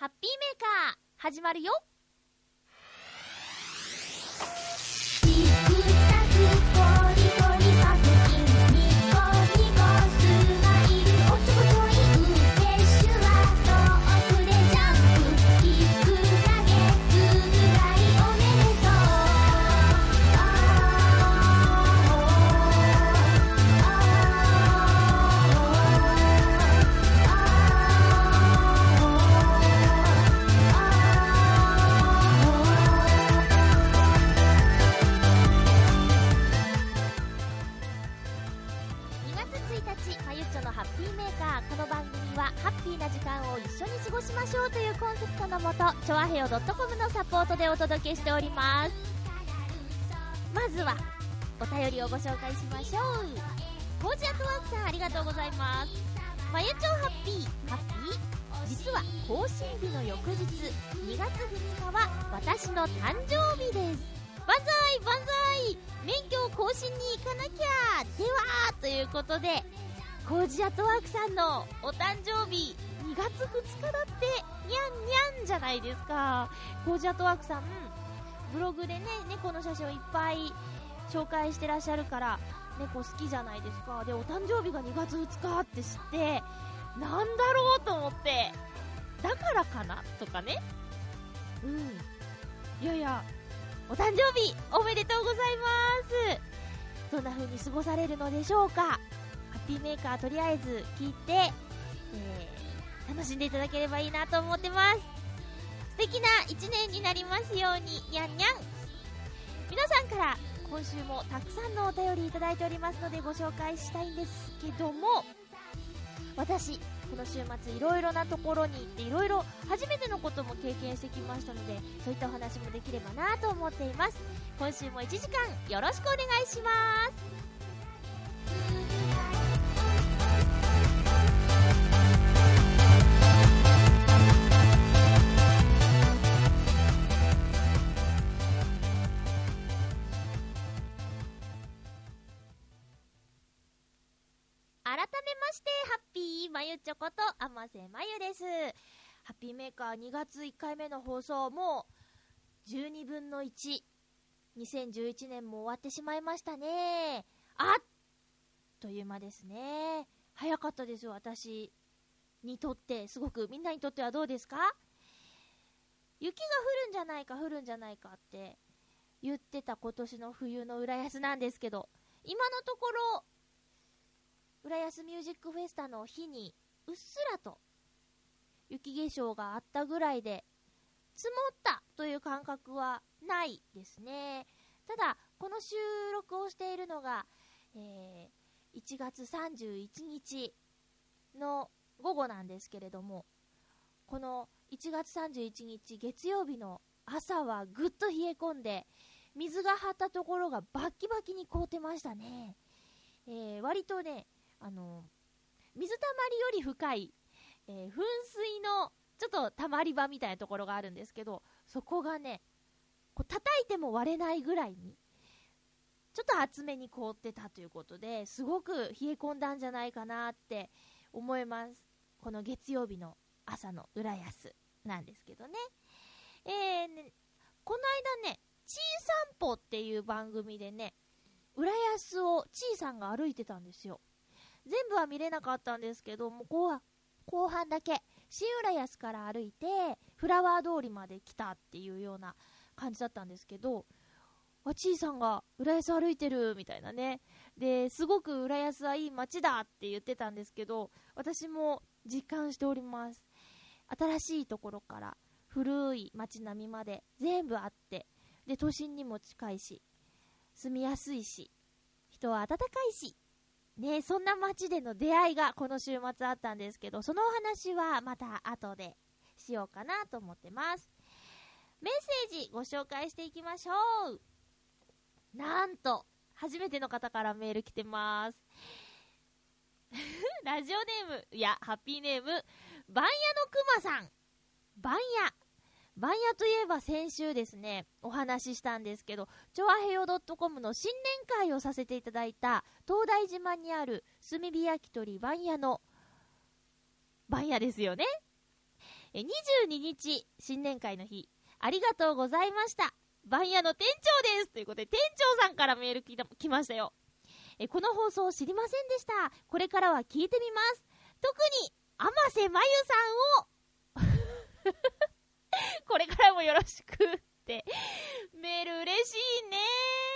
ハッピーメーカー始まるよ。チョアヘヨ .com のサポートでお届けしております。まずはお便りをご紹介しましょう。コージアットワークさん、ありがとうございます。まゆちょハッピー実は更新日の翌日2月2日は私の誕生日です。万歳万歳、免許を更新に行かなきゃではということで、コージアットワークさんのお誕生日2月2日だってにゃんにゃんじゃないですか。コージアットワークさんブログでね、猫の写真をいっぱい紹介してらっしゃるから猫好きじゃないですか。で、お誕生日が2月2日って知ってなんだろうと思って、だからかなとかね。いやいや、お誕生日おめでとうございます。どんな風に過ごされるのでしょうか。ハッピーメーカーとりあえず聞いて、楽しんでいただければいいなと思ってます。素敵な一年になりますように、にゃんにゃん。皆さんから今週もたくさんのお便りいただいておりますのでご紹介したいんですけども、私この週末いろいろなところに行っていろいろ初めてのことも経験してきましたので、そういったお話もできればなと思っています。今週も1時間よろしくお願いします。改めましてハッピーまゆちょこと甘瀬まゆです。ハッピーメーカー2月1回目の放送、もう12分の1、2011年も終わってしまいましたね。あっという間ですね。早かったですよ。私にとって、すごく。みんなにとってはどうですか？雪が降るんじゃないか降るんじゃないかって言ってた今年の冬の浦安なんですけど、今のところ浦安ミュージックフェスタの日にうっすらと雪化粧があったぐらいで、積もったという感覚はないですね。ただこの収録をしているのが、1月31日の午後なんですけれども、この1月31日月曜日の朝はぐっと冷え込んで、水が張ったところがバッキバキに凍ってましたね。割とね、水たまりより深い、噴水のちょっとたまり場みたいなところがあるんですけど、そこがね、こう叩いても割れないぐらいにちょっと厚めに凍ってたということで、すごく冷え込んだんじゃないかなって思います。この月曜日の朝の浦安なんですけどね。この間ね、ちいさんぽっていう番組でね、浦安をちいさんが歩いてたんですよ。全部は見れなかったんですけども、後半だけ新浦安から歩いてフラワー通りまで来たっていうような感じだったんですけど、ちいさんが浦安歩いてるみたいなね。で、すごく浦安はいい街だって言ってたんですけど、私も実感しております。新しいところから古い街並みまで全部あって、で都心にも近いし、住みやすいし、人は温かいしね、そんな街での出会いがこの週末あったんですけど、そのお話はまた後でしようかなと思ってます。メッセージご紹介していきましょう。なんと初めての方からメール来てます。ラジオネーム、いやハッピーネーム、番屋のくまさん。番屋といえば先週ですね、お話ししたんですけど、チョアヘヨ .com の新年会をさせていただいた東大島にある炭火焼き鳥番屋の番屋ですよね。 22日、新年会の日、ありがとうございました。番屋の店長です。ということで、店長さんからメール来ましたよ。この放送知りませんでした。これからは聞いてみます。特に、天瀬まゆさんを、これからもよろしくってメール嬉しいね。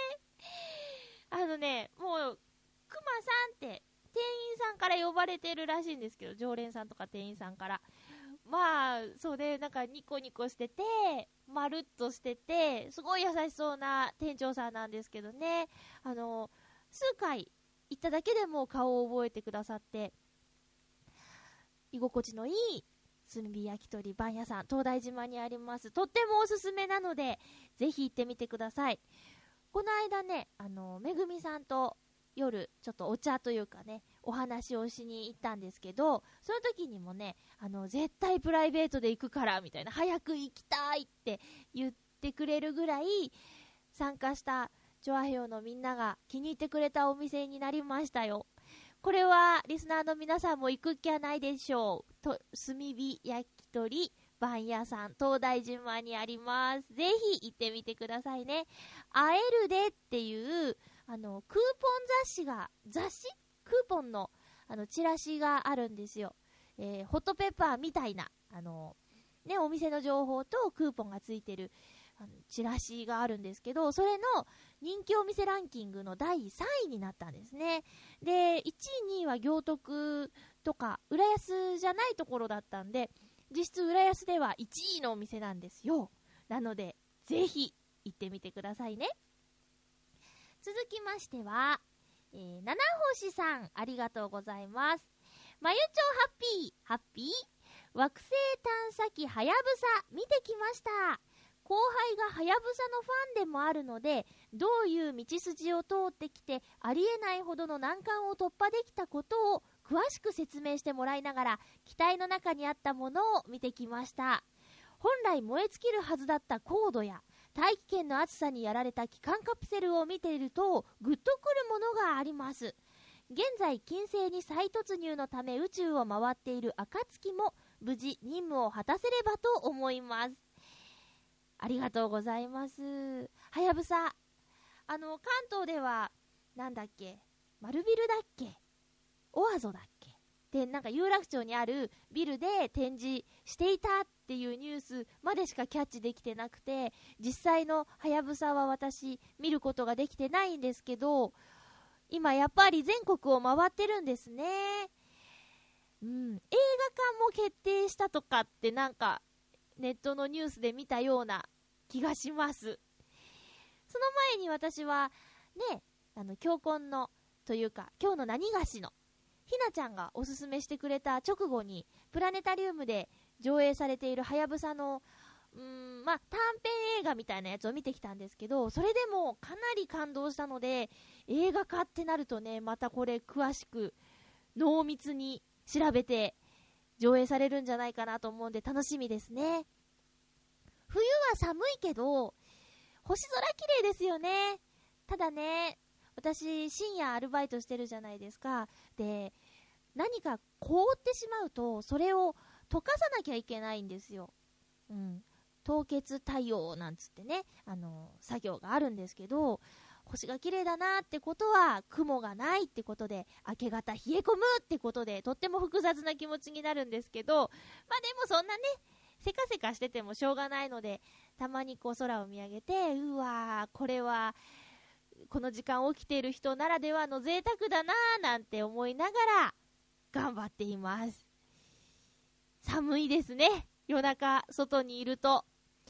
もうくまさんって店員さんから呼ばれてるらしいんですけど、常連さんとか店員さんから、まあそうで、なんかニコニコしててまるっとしててすごい優しそうな店長さんなんですけどね、数回行っただけでも顔を覚えてくださって、居心地のいい炭火焼き鳥番屋さん、東大島にあります。とってもおすすめなのでぜひ行ってみてください。この間ね、めぐみさんと夜ちょっとお茶というかね、お話をしに行ったんですけど、その時にもね、絶対プライベートで行くからみたいな、早く行きたいって言ってくれるぐらい参加したチョアヘヨのみんなが気に入ってくれたお店になりましたよ。これはリスナーの皆さんも行く気はないでしょう。炭火焼き鳥番屋さん、東大島にあります。ぜひ行ってみてくださいね。会えるでっていうクーポン雑誌クーポンのチラシがあるんですよ。ホットペッパーみたいなお店の情報とクーポンがついてるチラシがあるんですけど、それの人気お店ランキングの第3位になったんですね。で、1位2位は行徳とか浦安じゃないところだったんで、実質浦安では1位のお店なんですよ。なのでぜひ行ってみてくださいね。続きましては、七星さん、ありがとうございます。まゆちょハッピー惑星探査機はやぶさ見てきました。後輩がはやぶさのファンでもあるので、どういう道筋を通ってきてありえないほどの難関を突破できたことを詳しく説明してもらいながら、機体の中にあったものを見てきました。本来燃え尽きるはずだった高度や大気圏の暑さにやられた気管カプセルを見ているとグッとくるものがあります。現在金星に再突入のため宇宙を回っている暁も無事任務を果たせればと思います。ありがとうございます。はやぶさ、関東ではなんだっけ、丸ビルだっけ、オアゾだっけで、なんか有楽町にあるビルで展示していたっていうニュースまでしかキャッチできてなくて、実際のはやぶさは私見ることができてないんですけど、今やっぱり全国を回ってるんですね。映画館も決定したとかってなんかネットのニュースで見たような気がします。その前に私はね、教婚のというか今日の何がしのひなちゃんがおすすめしてくれた直後にプラネタリウムで上映されているはやぶさの短編映画みたいなやつを見てきたんですけど、それでもかなり感動したので、映画化ってなるとね、またこれ詳しく濃密に調べて上映されるんじゃないかなと思うんで楽しみですね。冬は寒いけど星空綺麗ですよね。ただね、私深夜アルバイトしてるじゃないですか。で、何か凍ってしまうとそれを溶かさなきゃいけないんですよ。凍結対応なんつってね、作業があるんですけど、星が綺麗だなってことは雲がないってことで、明け方冷え込むってことでとっても複雑な気持ちになるんですけど、まあでもそんなねせかせかしててもしょうがないので、たまにこう空を見上げて、うわーこれはこの時間起きている人ならではの贅沢だなーなんて思いながら頑張っています。寒いですね、夜中外にいると。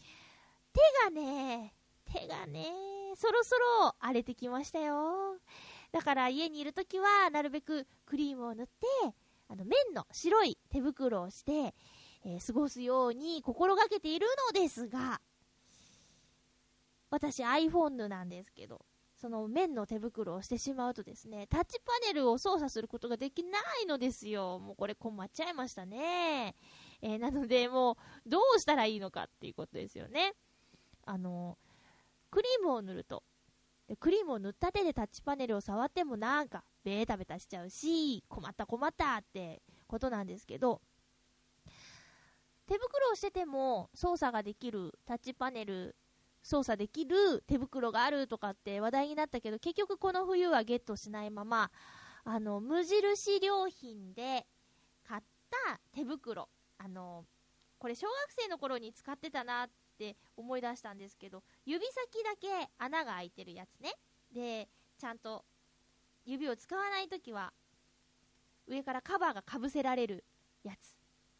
手がねそろそろ荒れてきましたよ。だから家にいるときはなるべくクリームを塗って綿の白い手袋をして、過ごすように心がけているのですが、私 iPhone なんですけど、その綿の手袋をしてしまうとですね、タッチパネルを操作することができないのですよ。もうこれ困っちゃいましたね。なのでもうどうしたらいいのかっていうことですよね。クリームを塗ると、クリームを塗った手でタッチパネルを触ってもなんかベタベタしちゃうし、困ったってことなんですけど、 手袋をしてても操作ができる、タッチパネル操作できる手袋があるとかって話題になったけど、結局この冬はゲットしないまま、無印良品で買った手袋、これ小学生の頃に使ってたなって思い出したんですけど、指先だけ穴が開いてるやつね。で、ちゃんと指を使わないときは上からカバーがかぶせられるやつ。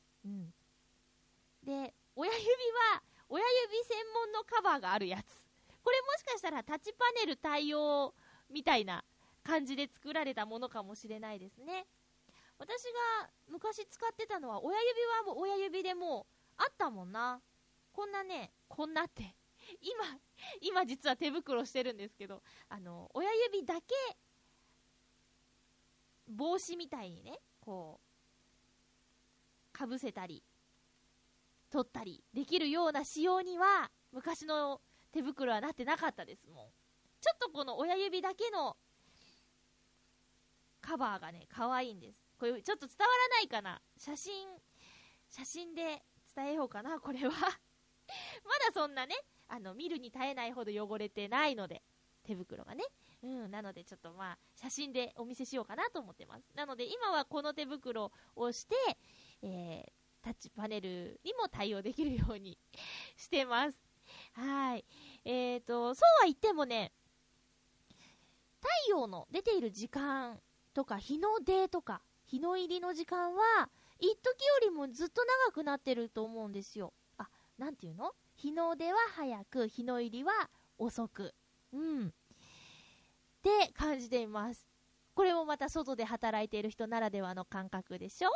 で、親指は親指専門のカバーがあるやつ。これもしかしたらタッチパネル対応みたいな感じで作られたものかもしれないですね。私が昔使ってたのは親指はもう親指でもうあったもんな。こんなって今実は手袋してるんですけど、親指だけ帽子みたいにね、こうかぶせたり取ったりできるような仕様には昔の手袋はなってなかったですもん。ちょっとこの親指だけのカバーがね、可愛いんです。これちょっと伝わらないかな。写真で伝えようかな、これは。まだそんなね、見るに耐えないほど汚れてないので、手袋がね。なのでちょっと写真でお見せしようかなと思ってます。なので今はこの手袋をして、タッチパネルにも対応できるようにしてます。はい。そうは言ってもね、太陽の出ている時間とか日の出とか日の入りの時間は一時よりもずっと長くなってると思うんですよ。なんていうの？日の出は早く、日の入りは遅く。って感じています。これもまた外で働いている人ならではの感覚でしょ？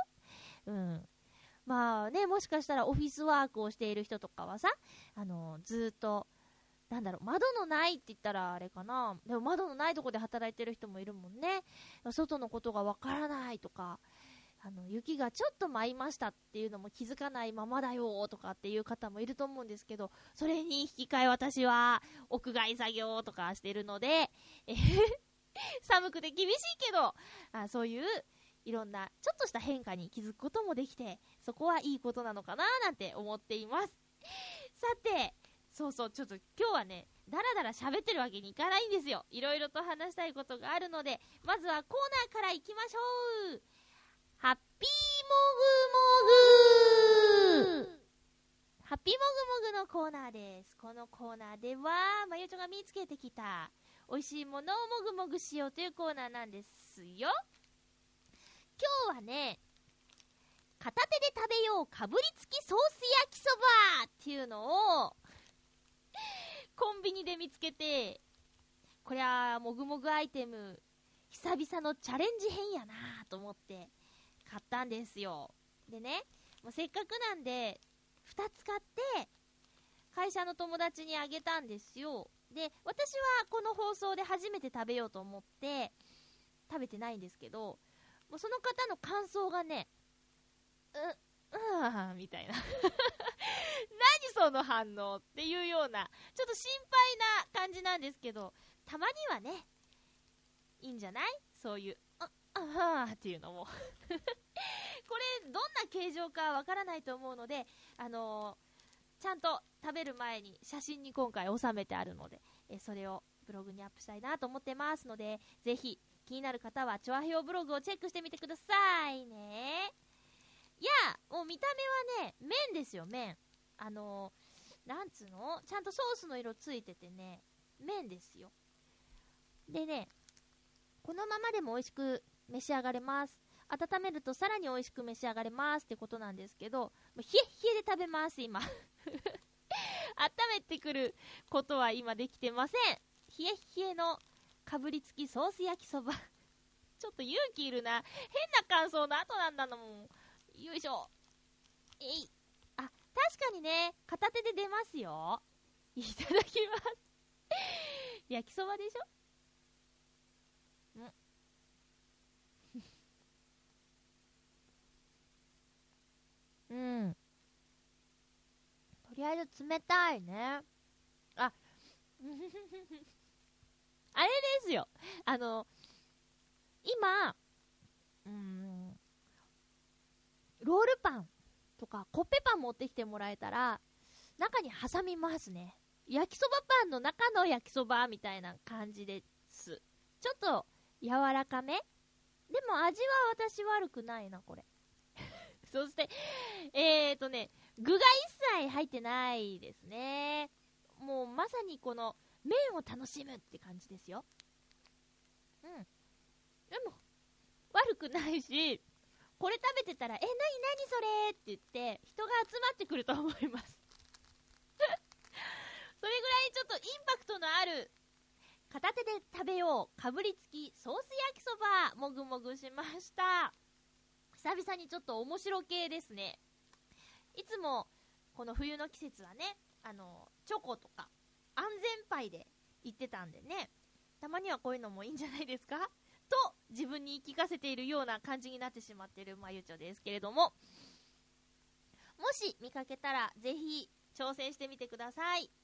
もしかしたらオフィスワークをしている人とかはさ、ずっと窓のないって言ったらあれかな。でも窓のないとこで働いてる人もいるもんね。外のことがわからないとか、雪がちょっと舞いましたっていうのも気づかないままだよとかっていう方もいると思うんですけど、それに引き換え私は屋外作業とかしてるので、寒くて厳しいけど、そういういろんなちょっとした変化に気づくこともできて、そこはいいことなのかななんて思っています。さて、ちょっと今日はね、だらだら喋ってるわけにいかないんですよ。いろいろと話したいことがあるので、まずはコーナーからいきましょう。ハッピーもぐもぐ。ハッピーもぐもぐのコーナーです。このコーナーでは、まゆちょが見つけてきた美味しいものをもぐもぐしようというコーナーなんですよ。今日はね、片手で食べようかぶりつきソース焼きそばっていうのをコンビニで見つけて、こりゃもぐもぐアイテム久々のチャレンジ編やなと思って買ったんですよ。でね、もうせっかくなんで2つ買って会社の友達にあげたんですよ。で、私はこの放送で初めて食べようと思って食べてないんですけど、もうその方の感想がね、みたいな何その反応っていうような、ちょっと心配な感じなんですけど、たまにはね、いいんじゃない？そういうっていうのもこれどんな形状かわからないと思うので、ちゃんと食べる前に写真に今回収めてあるので、それをブログにアップしたいなと思ってますので、ぜひ気になる方はチョアヘオブログをチェックしてみてくださいね。いや、もう見た目はね、麺ですよ、麺。なんつうの？ちゃんとソースの色ついててね、麺ですよ。でね、このままでも美味しく召し上がれます。温めるとさらに美味しく召し上がれますってことなんですけど、もう冷え冷えで食べます、今。温めてくることは今できてません。冷え冷えのかぶりつきソース焼きそば。ちょっと勇気いるな。変な感想の後なんだもん。よいしょ。確かにね、片手で出ますよ。いただきます。焼きそばでしょ？とりあえず冷たいね。あれですよ。今、ロールパンとかコッペパン持ってきてもらえたら中に挟みますね。焼きそばパンの中の焼きそばみたいな感じです。ちょっと柔らかめでも味は私悪くないなこれそして具が一切入ってないですね。もうまさにこの麺を楽しむって感じですよ。でも悪くないし、これ食べてたらなにそれって言って人が集まってくると思いますそれぐらいちょっとインパクトのある片手で食べようかぶりつきソース焼きそばもぐもぐしました。久々にちょっと面白系ですね。いつもこの冬の季節はね、チョコとか安全牌で言ってたんでね、たまにはこういうのもいいんじゃないですかと自分に言い聞かせているような感じになってしまっているまゆちょですけれども、もし見かけたらぜひ挑戦してみてください。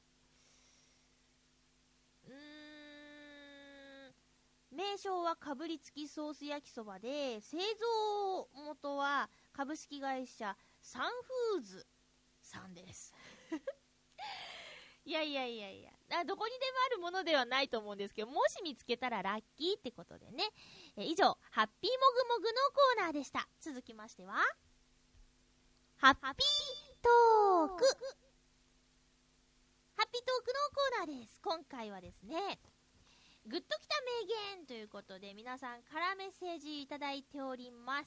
名称はかぶりつきソース焼きそばで、製造元は株式会社サンフーズさんですいやどこにでもあるものではないと思うんですけど、もし見つけたらラッキーってことでね。以上、ハッピーもぐもぐのコーナーでした。続きましてはハッピートーク。ハッピートークのコーナーです。今回はですね、グッときた名言ということで皆さんからメッセージいただいております。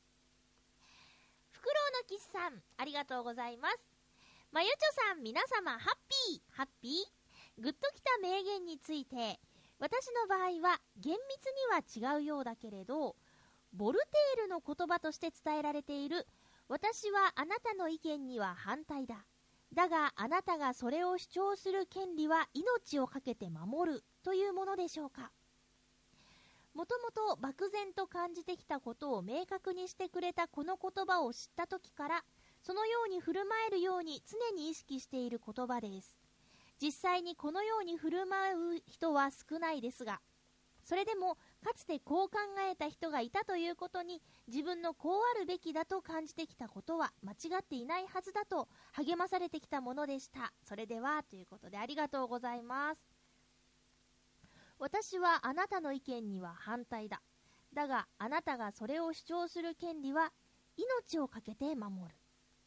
フクロウのキスさん、ありがとうございます。まゆちょさん、皆様ハッピー。グッときた名言について、私の場合は厳密には違うようだけれど、ボルテールの言葉として伝えられている、私はあなたの意見には反対だ。だがあなたがそれを主張する権利は命をかけて守るというものでしょうか。もともと漠然と感じてきたことを明確にしてくれたこの言葉を知った時から、そのように振る舞えるように常に意識している言葉です。実際にこのように振る舞う人は少ないですが、それでもかつてこう考えた人がいたということに、自分のこうあるべきだと感じてきたことは間違っていないはずだと励まされてきたものでした。それではということで、ありがとうございます。私はあなたの意見には反対だ。だがあなたがそれを主張する権利は命をかけて守る。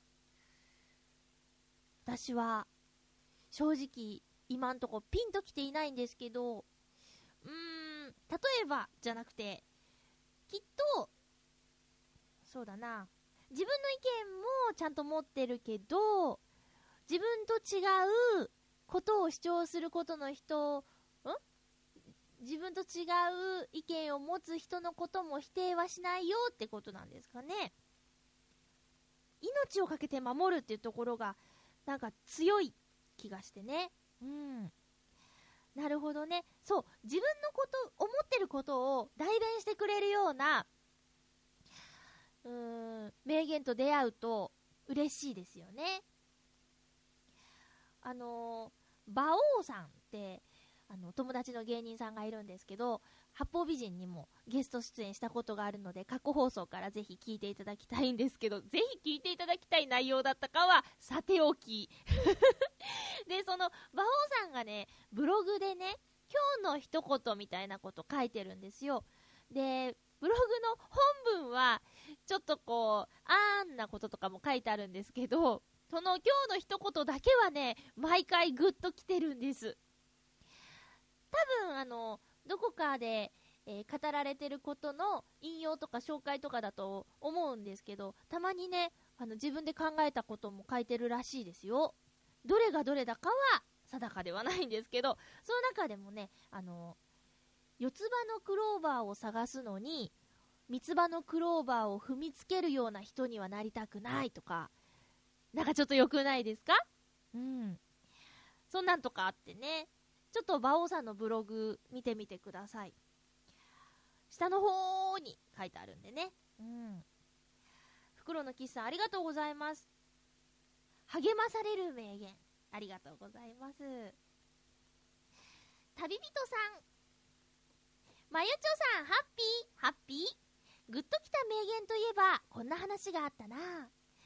私は正直今んとこピンときていないんですけど、例えばじゃなくて、きっとそうだな、自分の意見もちゃんと持ってるけど、自分と違うことを主張することの人、自分と違う意見を持つ人のことも否定はしないよってことなんですかね。命をかけて守るっていうところがなんか強い気がしてね。なるほどね。そう、自分のこと、思ってることを代弁してくれるような名言と出会うと嬉しいですよね。馬王さんって友達の芸人さんがいるんですけど、八方美人にもゲスト出演したことがあるので、過去放送からぜひ聞いていただきたいんですけど、ぜひ聞いていただきたい内容だったかはさておきで、その馬王さんがね、ブログでね、今日の一言みたいなこと書いてるんですよ。で、ブログの本文はちょっとこうあーんなこととかも書いてあるんですけど、その今日の一言だけはね、毎回グッときてるんです。多分どこかで、語られてることの引用とか紹介とかだと思うんですけど、たまにね、自分で考えたことも書いてるらしいですよ。どれがどれだかは定かではないんですけど、その中でもね、四つ葉のクローバーを探すのに三つ葉のクローバーを踏みつけるような人にはなりたくないとか、なんかちょっと良くないですか？そんなんとかあってね、ちょっと馬王さんのブログ見てみてください。下の方に書いてあるんでね。フクロウのキスさん、ありがとうございます。励まされる名言、ありがとうございます。旅人さん、まゆちょさん、ハッピー。グッときた名言といえばこんな話があったな。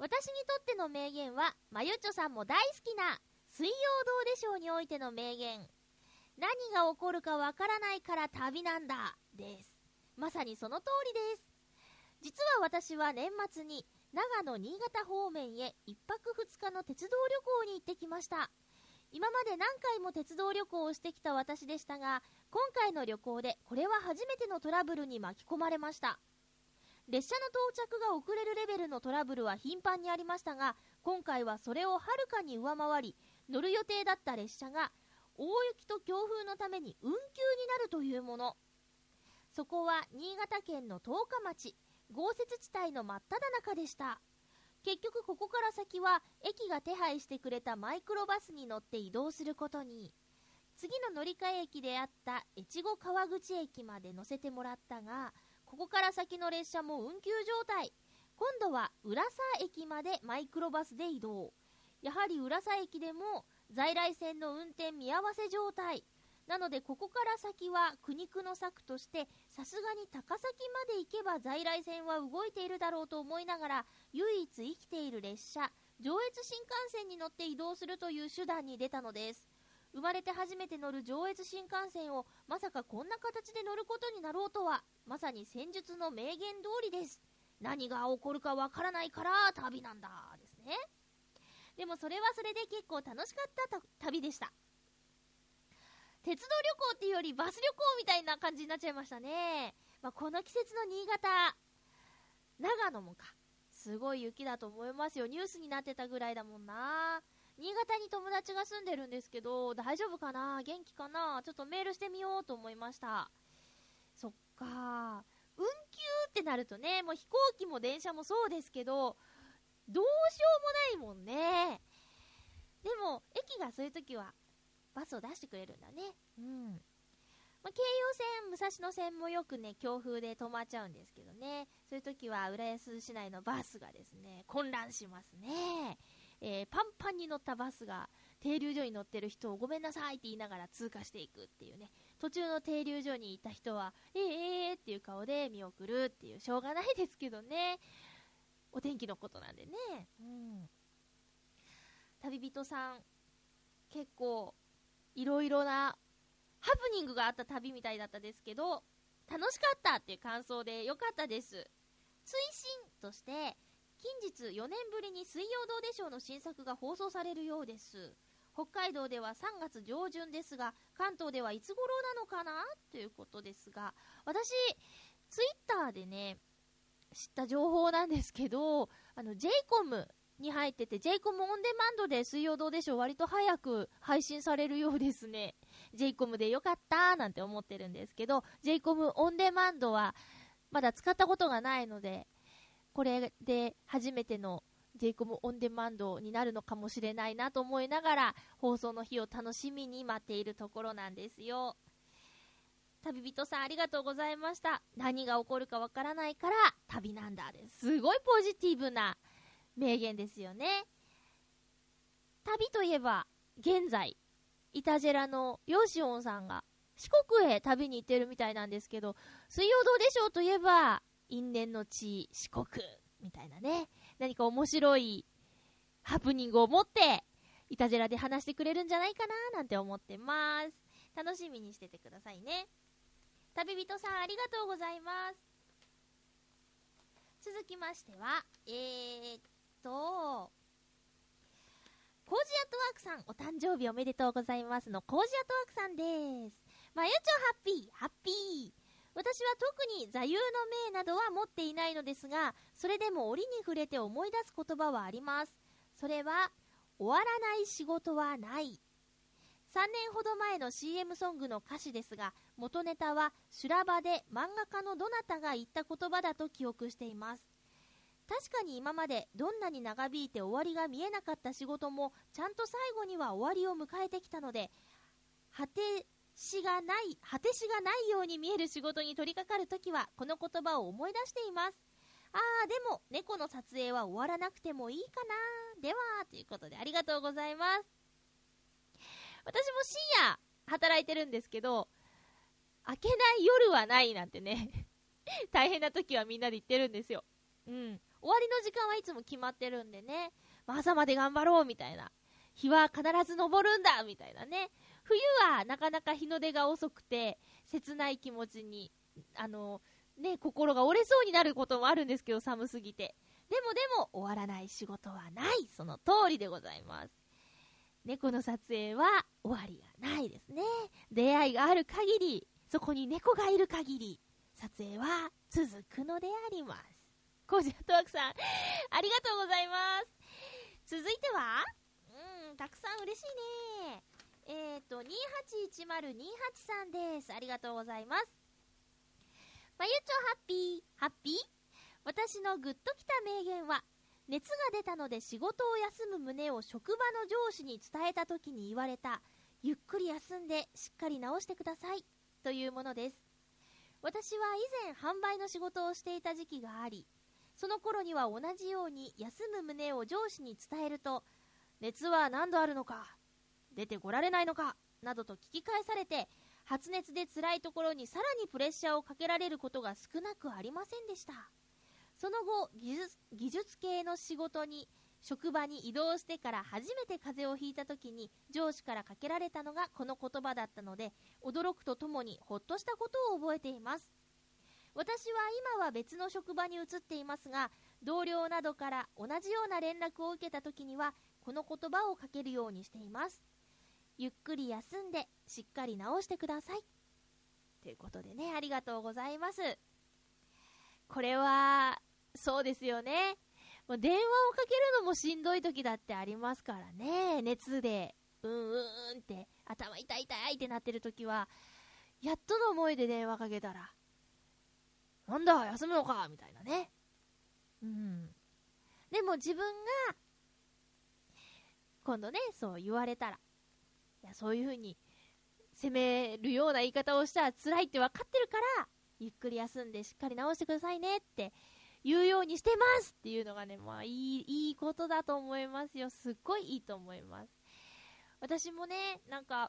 私にとっての名言は、まゆっちょさんも大好きな水曜どうでしょうにおいての名言、何が起こるかわからないから旅なんだです。まさにその通りです。実は私は年末に長野新潟方面へ1泊2日の鉄道旅行に行ってきました。今まで何回も鉄道旅行をしてきた私でしたが、今回の旅行でこれは初めてのトラブルに巻き込まれました。列車の到着が遅れるレベルのトラブルは頻繁にありましたが、今回はそれをはるかに上回り、乗る予定だった列車が大雪と強風のために運休になるというもの。そこは新潟県の十日町、豪雪地帯の真っ只中でした。結局ここから先は駅が手配してくれたマイクロバスに乗って移動することに。次の乗り換え駅であった越後川口駅まで乗せてもらったが、ここから先の列車も運休状態。今度は浦佐駅までマイクロバスで移動。やはり浦佐駅でも在来線の運転見合わせ状態なので、ここから先は苦肉の策として、さすがに高崎まで行けば在来線は動いているだろうと思いながら、唯一生きている列車上越新幹線に乗って移動するという手段に出たのです。生まれて初めて乗る上越新幹線をまさかこんな形で乗ることになろうとは、まさに戦術の名言通りです。何が起こるかわからないから旅なんだですね。でもそれはそれで結構楽しかった旅でした。鉄道旅行っていうよりバス旅行みたいな感じになっちゃいましたね。この季節の新潟、長野もか、すごい雪だと思いますよ。ニュースになってたぐらいだもんな。新潟に友達が住んでるんですけど、大丈夫かな、元気かな、ちょっとメールしてみようと思いました。そっか、運休ってなるとね、もう飛行機も電車もそうですけど、どうしようもないもんね。でも駅がそういう時はバスを出してくれるんだね。京葉線、武蔵野線もよくね、強風で止まっちゃうんですけどね。そういう時は浦安市内のバスがですね、混乱しますね。パンパンに乗ったバスが停留所に乗ってる人をごめんなさいって言いながら通過していくっていうね。途中の停留所にいた人はっていう顔で見送るっていう、しょうがないですけどね。お天気のことなんでね。旅人さん、結構いろいろなハプニングがあった旅みたいだったですけど、楽しかったっていう感想でよかったです。追伸として近日4年ぶりに水曜どうでしょうの新作が放送されるようです。北海道では3月上旬ですが、関東ではいつ頃なのかなということですが、私ツイッターでね知った情報なんですけど、JCOM に入ってて、JCOM オンデマンドで水曜どうでしょう割と早く配信されるようですね。JCOM でよかったなんて思ってるんですけど、JCOM オンデマンドはまだ使ったことがないので、これで初めての JCOM オンデマンドになるのかもしれないなと思いながら、放送の日を楽しみに待っているところなんですよ。旅人さんありがとうございました。何が起こるかわからないから旅なんだです。すごいポジティブな名言ですよね。旅といえば現在イタジェラのヨシオンさんが四国へ旅に行ってるみたいなんですけど、水曜どうでしょうといえば因縁の地四国みたいなね、何か面白いハプニングを持ってイタジェラで話してくれるんじゃないかななんて思ってます。楽しみにしててくださいね。旅人さんありがとうございます。続きましてはコージアットワークさん、お誕生日おめでとうございますのコージアットワークさんです。まゆちょハッピーハッピー。私は特に座右の銘などは持っていないのですが、それでも折に触れて思い出す言葉はあります。それは終わらない仕事はない。3年ほど前の CM ソングの歌詞ですが、元ネタは修羅場で漫画家のどなたが言った言葉だと記憶しています。確かに今までどんなに長引いて終わりが見えなかった仕事もちゃんと最後には終わりを迎えてきたので、果てしがないように見える仕事に取り掛かるときはこの言葉を思い出しています。でも猫の撮影は終わらなくてもいいかな。ではということでありがとうございます。私も深夜働いてるんですけど、明けない夜はないなんてね大変な時はみんなで言ってるんですよ。 終わりの時間はいつも決まってるんでね、朝まで頑張ろうみたいな、日は必ず昇るんだみたいなね。冬はなかなか日の出が遅くて切ない気持ちに心が折れそうになることもあるんですけど、寒すぎて。でも終わらない仕事はない、その通りでございます。猫の撮影は終わりがないですね。出会いがある限り、そこに猫がいる限り、撮影は続くのであります。コージアットワークさん、ありがとうございます。続いては、たくさん嬉しいね。281028さんです。ありがとうございます。まゆちょハッピー私のグッときた名言は、熱が出たので仕事を休む旨を職場の上司に伝えた時に言われた、ゆっくり休んでしっかり治してくださいというものです。私は以前販売の仕事をしていた時期があり、その頃には同じように休む旨を上司に伝えると、熱は何度あるのか、出てこられないのかなどと聞き返されて、発熱で辛いところにさらにプレッシャーをかけられることが少なくありませんでした。その後、技術系の仕事に職場に移動してから初めて風邪をひいた時に上司からかけられたのがこの言葉だったので、驚くとともにほっとしたことを覚えています。私は今は別の職場に移っていますが、同僚などから同じような連絡を受けた時にはこの言葉をかけるようにしています。ゆっくり休んでしっかり治してくださいということでね、ありがとうございます。これはそうですよね。もう電話をかけるのもしんどい時だってありますからね。熱でって頭痛いってなってる時は、やっとの思いで電話かけたら、なんだ休むのかみたいなね。でも自分が今度ね、そう言われたら、いやそういう風に責めるような言い方をしたら辛いって分かってるから、ゆっくり休んでしっかり治してくださいねって言うようにしてますっていうのがね、いいことだと思いますよ。すっごいいいと思います。私もね、あんま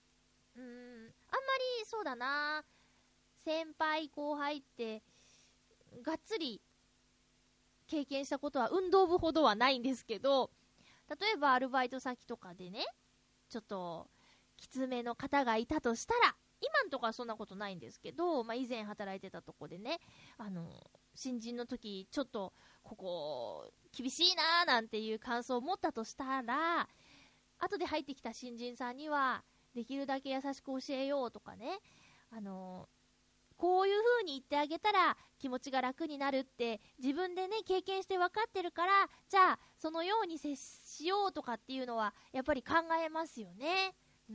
りそうだな、先輩後輩ってがっつり経験したことは運動部ほどはないんですけど、例えばアルバイト先とかでね、ちょっときつめの方がいたとしたら、今んとこはそんなことないんですけど、以前働いてたとこでね、新人の時ちょっとここ厳しいなーなんていう感想を持ったとしたら、後で入ってきた新人さんにはできるだけ優しく教えようとかね、こういう風に言ってあげたら気持ちが楽になるって自分でね経験して分かってるから、じゃあそのように接しようとかっていうのはやっぱり考えますよね。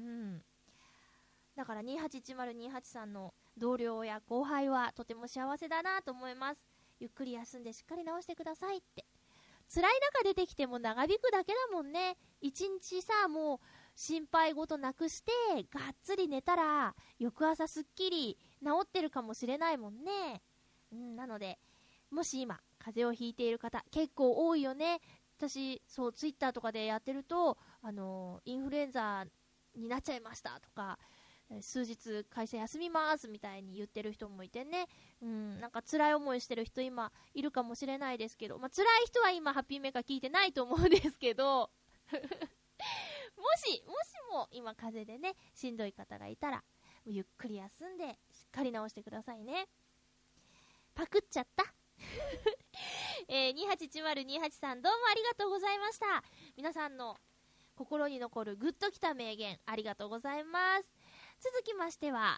だから281028さんの同僚や後輩はとても幸せだなと思います。ゆっくり休んでしっかり治してくださいって。辛い中出てきても長引くだけだもんね。一日さ、もう心配事なくしてがっつり寝たら翌朝すっきり治ってるかもしれないもんね。なので、もし今風邪をひいている方結構多いよね。私そうツイッターとかでやってると、インフルエンザになっちゃいましたとか、数日会社休みますみたいに言ってる人もいてね、なんか辛い思いしてる人今いるかもしれないですけど、辛い人は今ハッピーメーカー聞いてないと思うんですけどもしも今風邪でねしんどい方がいたら、ゆっくり休んでしっかり治してくださいね。パクっちゃった281028さん、どうもありがとうございました。皆さんの心に残るグッときた名言ありがとうございます。続きましては、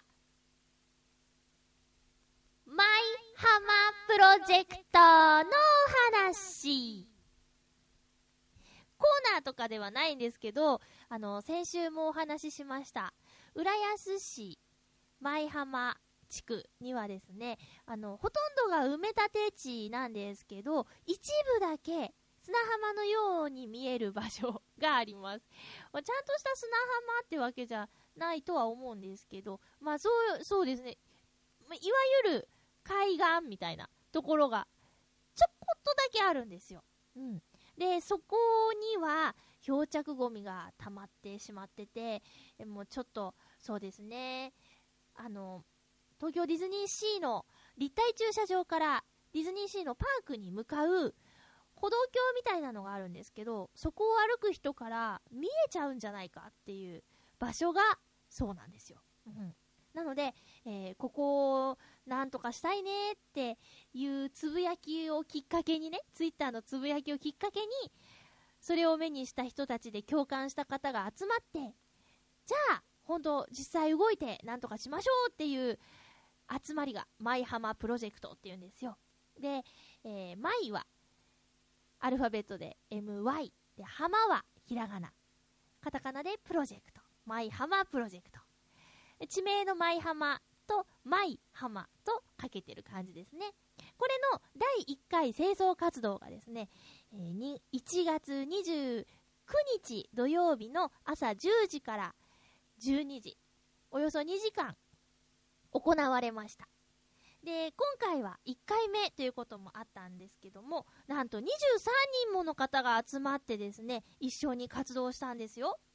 マイハマプロジェクトの話。コーナーとかではないんですけど、先週もお話ししました浦安市舞浜地区にはですね、ほとんどが埋め立て地なんですけど、一部だけ砂浜のように見える場所があります。ちゃんとした砂浜ってわけじゃないとは思うんですけど、そうですね、いわゆる海岸みたいなところがちょこっとだけあるんですよ。で、そこには漂着ゴミが溜まってしまってて、もうちょっとそうですね、東京ディズニーシーの立体駐車場からディズニーシーのパークに向かう歩道橋みたいなのがあるんですけど、そこを歩く人から見えちゃうんじゃないかっていう場所がそうなんですよ。なので、ここをなんとかしたいねっていうつぶやきをきっかけにね、ツイッターのつぶやきをきっかけに、それを目にした人たちで共感した方が集まって、じゃあ本当実際動いてなんとかしましょうっていう集まりがマイハマプロジェクトっていうんですよ。で、マイはアルファベットで MY で、ハマはひらがな、カタカナでプロジェクト、マイハマプロジェクト。地名のマイハマとマイハマとかけてる感じですね。これの第1回清掃活動がですね、1月29日土曜日の朝10時から12時、およそ2時間行われました。で、今回は1回目ということもあったんですけども、なんと23人もの方が集まってですね、一緒に活動したんですよ。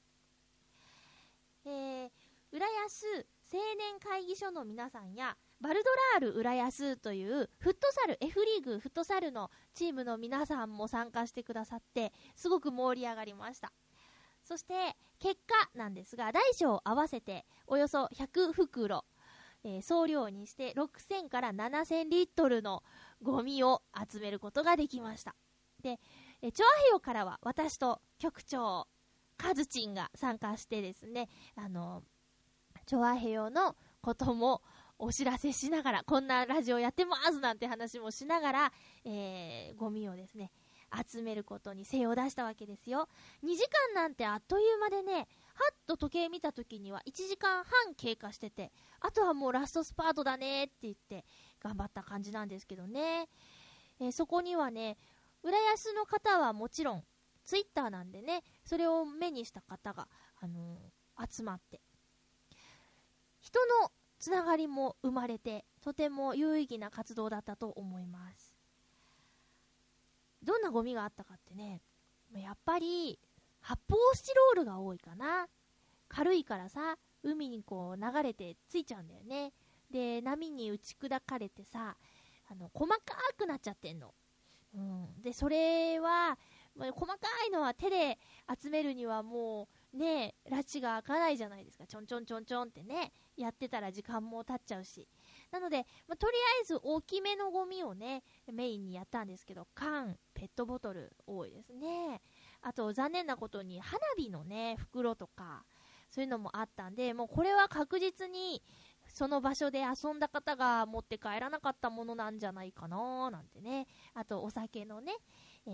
浦安青年会議所の皆さんや、バルドラール浦安というフットサル、F リーグフットサルのチームの皆さんも参加してくださって、すごく盛り上がりました。そして結果なんですが、大小合わせておよそ100袋、総量にして6000から7000リットルのゴミを集めることができました。で、チョアヘヨからは私と局長カズチンが参加してですね、チョアヘヨのこともお知らせしながら、こんなラジオやってますなんて話もしながら、ゴミをですね集めることに精を出したわけですよ。2時間なんてあっという間でね、はっと時計見た時には1時間半経過してて、あとはもうラストスパートだねって言って頑張った感じなんですけどね。そこにはね、浦安の方はもちろんツイッターなんでね、それを目にした方が、集まって、人のつながりも生まれて、とても有意義な活動だったと思います。どんなゴミがあったかってね、やっぱり発泡スチロールが多いかな。軽いからさ、海にこう流れてついちゃうんだよね。で、波に打ち砕かれてさ、細かくなっちゃってんの。で、それは、細かいのは手で集めるにはもうね、拉致が開かないじゃないですか。ちょんちょんちょんちょんってね、やってたら時間も経っちゃうし。なので、とりあえず大きめのゴミをね、メインにやったんですけど、缶、ペットボトル多いですね。あと残念なことに花火のね、袋とか、そういうのもあったんで、もうこれは確実にその場所で遊んだ方が持って帰らなかったものなんじゃないかななんてね。あとお酒のね、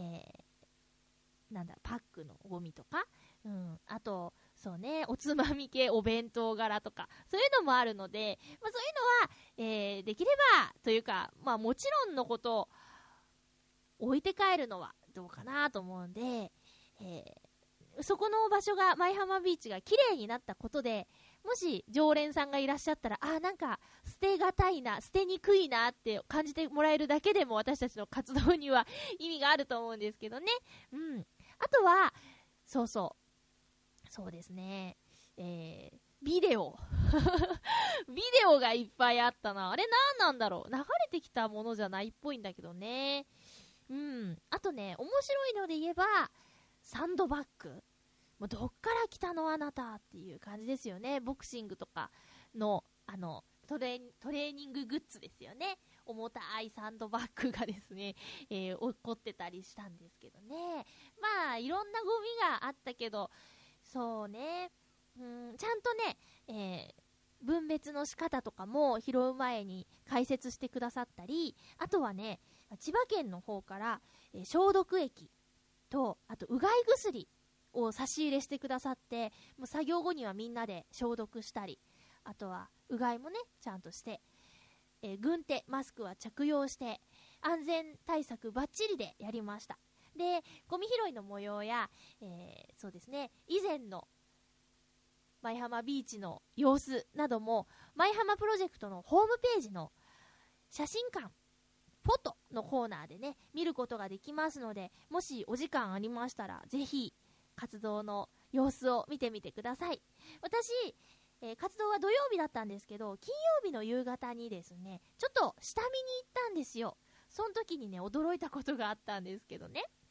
パックのゴミとか、あとそうね、おつまみ系お弁当柄とか、そういうのもあるので、そういうのは、できればというか、もちろんのこと置いて帰るのはどうかなと思うんで、そこの場所が、舞浜ビーチが綺麗になったことで、もし常連さんがいらっしゃったら、なんか捨てがたいな、捨てにくいなって感じてもらえるだけでも私たちの活動には意味があると思うんですけどね。あとは、そうですね、ビデオビデオがいっぱいあったな。あれ何なんだろう、流れてきたものじゃないっぽいんだけどね。あとね、面白いので言えばサンドバッグ、もうどっから来たのあなたっていう感じですよね。ボクシングとかのトレーニンググッズですよね。重たいサンドバッグがですね、起こってたりしたんですけどね。いろんなゴミがあったけど、そうね、ちゃんとね、分別の仕方とかも拾う前に解説してくださったり、あとはね、千葉県の方から、消毒液と、あとうがい薬を差し入れしてくださって、もう作業後にはみんなで消毒したり、あとはうがいもねちゃんとして、軍手マスクは着用して安全対策バッチリでやりました。で、ゴミ拾いの模様や、そうですね、以前の舞浜ビーチの様子なども舞浜プロジェクトのホームページの写真館フォトのコーナーでね見ることができますので、もしお時間ありましたらぜひ活動の様子を見てみてください。私、活動は土曜日だったんですけど、金曜日の夕方にですねちょっと下見に行ったんですよ。その時にね驚いたことがあったんですけどね、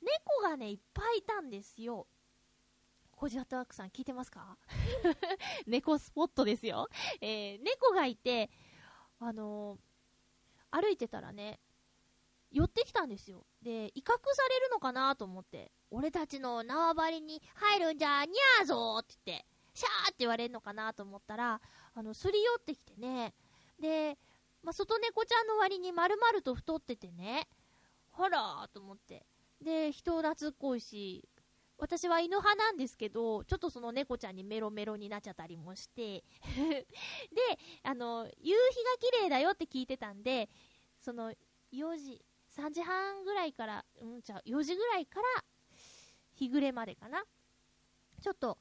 猫がねいっぱいいたんですよ。コジハットワークさん聞いてますか？猫スポットですよ。猫がいて、歩いてたらね、寄ってきたんですよ。で、威嚇されるのかなと思って、俺たちの縄張りに入るんじゃにゃーぞーって言って、シャーって言われるのかなと思ったら、すり寄ってきてね、で、外猫ちゃんの割に丸々と太っててね、ほらーと思って。で、人懐っこいし、私は犬派なんですけど、ちょっとその猫ちゃんにメロメロになっちゃったりもして、で、夕日が綺麗だよって聞いてたんで、その3時半ぐらいから、4時ぐらいから日暮れまでかな。ちょっと、